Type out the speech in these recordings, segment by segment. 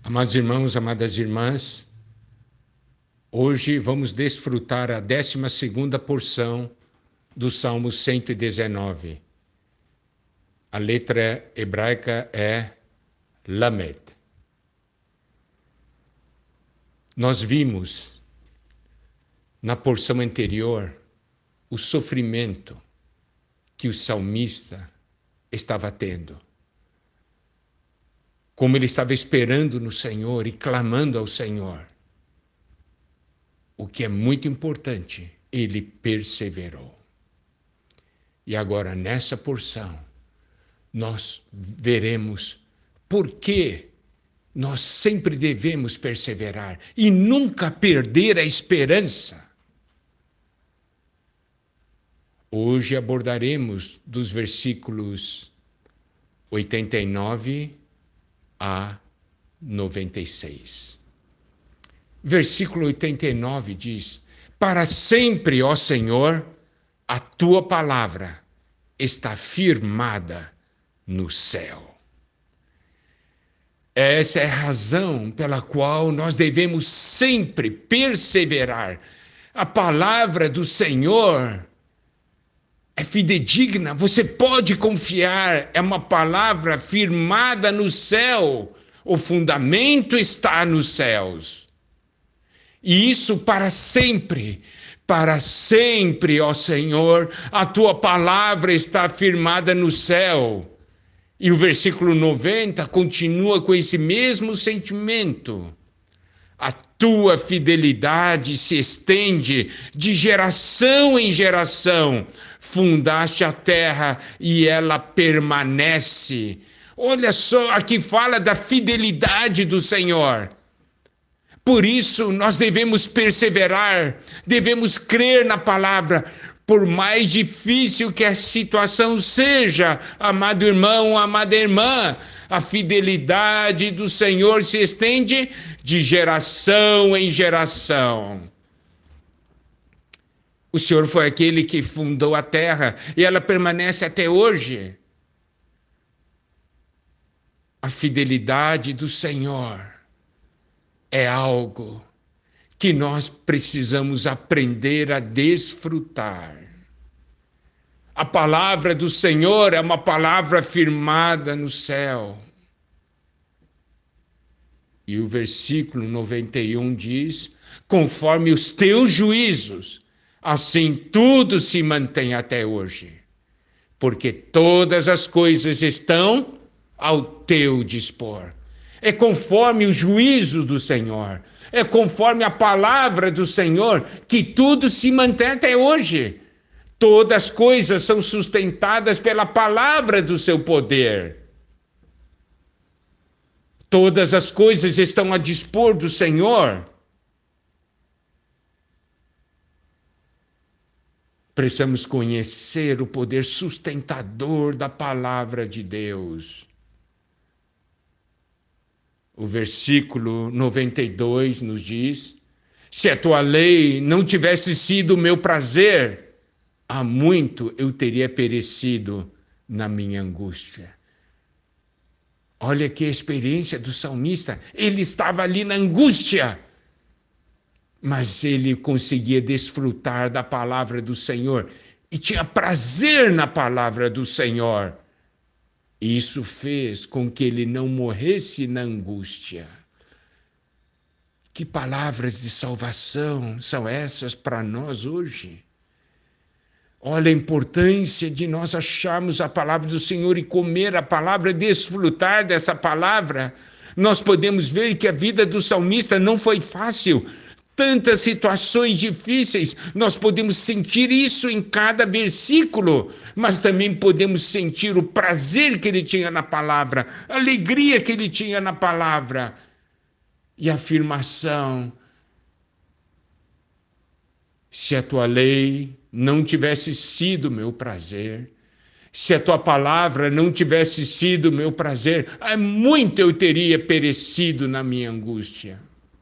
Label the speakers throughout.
Speaker 1: Amados irmãos, amadas irmãs, hoje vamos desfrutar a 12ª porção do Salmo 119. A letra hebraica é Lamed. Nós vimos na porção anterior o sofrimento que o salmista estava tendo. Como ele estava esperando no Senhor e clamando ao Senhor. O que é muito importante, ele perseverou. E agora, nessa porção, nós veremos por que nós sempre devemos perseverar e nunca perder a esperança. Hoje abordaremos dos versículos 89 a 96. Versículo 89 diz: Para sempre, ó Senhor, a tua palavra está firmada no céu. Essa é a razão pela qual nós devemos sempre perseverar. A palavra do Senhor é fidedigna, você pode confiar, é uma palavra firmada no céu, o fundamento está nos céus. E isso para sempre, ó Senhor, a tua palavra está firmada no céu. E o versículo 90 continua com esse mesmo sentimento. A tua fidelidade se estende de geração em geração. Fundaste a terra e ela permanece. Olha só, aqui fala da fidelidade do Senhor. Por isso, nós devemos perseverar, devemos crer na palavra, por mais difícil que a situação seja, amado irmão, amada irmã, a fidelidade do Senhor se estende de geração em geração. O Senhor foi aquele que fundou a terra e ela permanece até hoje. A fidelidade do Senhor é algo que nós precisamos aprender a desfrutar. A palavra do Senhor é uma palavra firmada no céu. E o versículo 91 diz: conforme os teus juízos, assim tudo se mantém até hoje, porque todas as coisas estão ao teu dispor. É conforme o juízo do Senhor, é conforme a palavra do Senhor que tudo se mantém até hoje. Todas as coisas são sustentadas pela palavra do seu poder. Todas as coisas estão a dispor do Senhor. Precisamos conhecer o poder sustentador da palavra de Deus. O versículo 92 nos diz: se a tua lei não tivesse sido o meu prazer, há muito eu teria perecido na minha angústia. Olha que experiência do salmista, ele estava ali na angústia, mas ele conseguia desfrutar da palavra do Senhor e tinha prazer na palavra do Senhor. Isso fez com que ele não morresse na angústia. Que palavras de salvação são essas para nós hoje? Olha a importância de nós acharmos a palavra do Senhor e comer a palavra, desfrutar dessa palavra. Nós podemos ver que a vida do salmista não foi fácil. Tantas situações difíceis, nós podemos sentir isso em cada versículo, mas também podemos sentir o prazer que ele tinha na palavra, a alegria que ele tinha na palavra e a afirmação: se a tua lei não tivesse sido meu prazer, se a tua palavra não tivesse sido meu prazer, há muito eu teria perecido na minha angústia.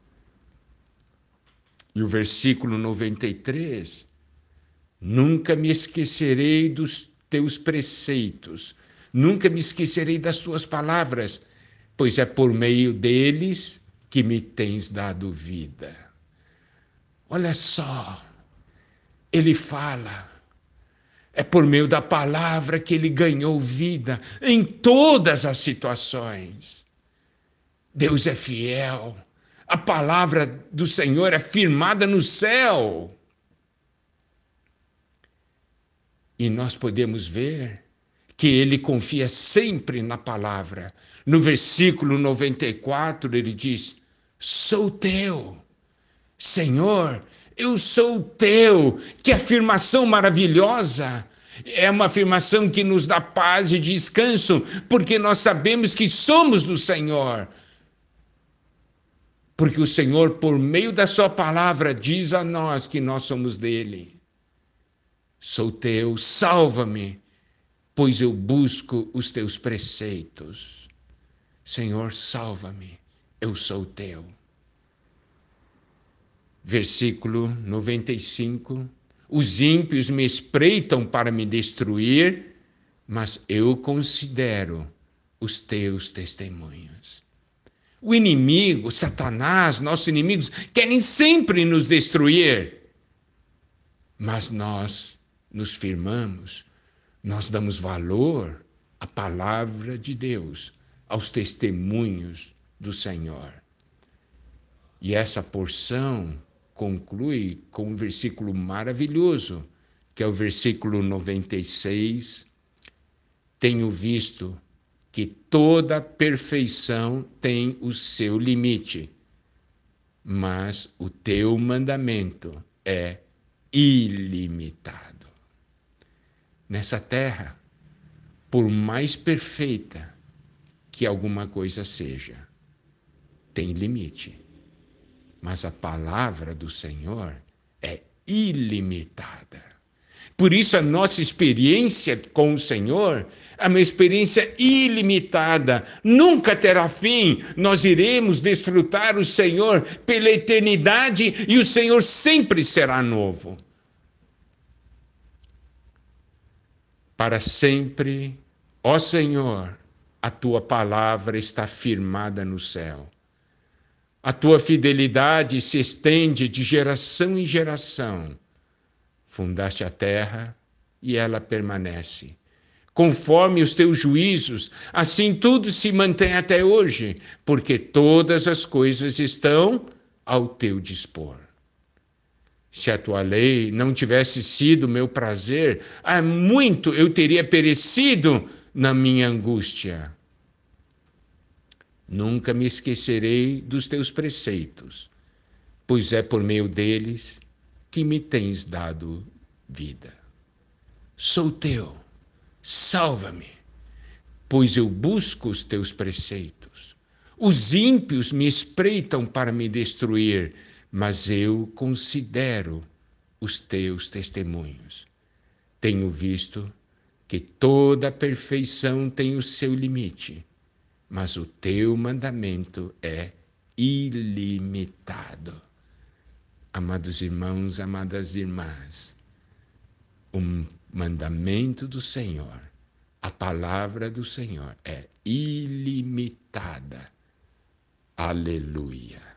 Speaker 1: E o versículo 93, nunca me esquecerei dos teus preceitos, nunca me esquecerei das tuas palavras, pois é por meio deles que me tens dado vida. Olha só, ele fala, é por meio da palavra que ele ganhou vida em todas as situações. Deus é fiel, a palavra do Senhor é firmada no céu. E nós podemos ver que ele confia sempre na palavra. No versículo 94, ele diz: sou teu, Senhor, eu sou teu. Que afirmação maravilhosa! É uma afirmação que nos dá paz e descanso, porque nós sabemos que somos do Senhor. Porque o Senhor, por meio da sua palavra, diz a nós que nós somos dele. Sou teu, salva-me, pois eu busco os teus preceitos. Senhor, salva-me, eu sou teu. Versículo 95. Os ímpios me espreitam para me destruir, mas eu considero os teus testemunhos. O inimigo, Satanás, nossos inimigos, querem sempre nos destruir, mas nós nos firmamos, nós damos valor à palavra de Deus, aos testemunhos do Senhor. E essa porção conclui com um versículo maravilhoso, que é o versículo 96. Tenho visto que toda perfeição tem o seu limite, mas o teu mandamento é ilimitado. Nessa terra, por mais perfeita que alguma coisa seja, tem limite. Mas a palavra do Senhor é ilimitada. Por isso a nossa experiência com o Senhor é uma experiência ilimitada, nunca terá fim. Nós iremos desfrutar o Senhor pela eternidade e o Senhor sempre será novo. Para sempre, ó Senhor, a tua palavra está firmada no céu. A tua fidelidade se estende de geração em geração. Fundaste a terra e ela permanece. Conforme os teus juízos, assim tudo se mantém até hoje, porque todas as coisas estão ao teu dispor. Se a tua lei não tivesse sido meu prazer, há muito eu teria perecido na minha angústia. Nunca me esquecerei dos teus preceitos, pois é por meio deles que me tens dado vida. Sou teu, salva-me, pois eu busco os teus preceitos. Os ímpios me espreitam para me destruir, mas eu considero os teus testemunhos. Tenho visto que toda perfeição tem o seu limite, mas o teu mandamento é ilimitado. Amados irmãos, amadas irmãs, o mandamento do Senhor, a palavra do Senhor é ilimitada. Aleluia.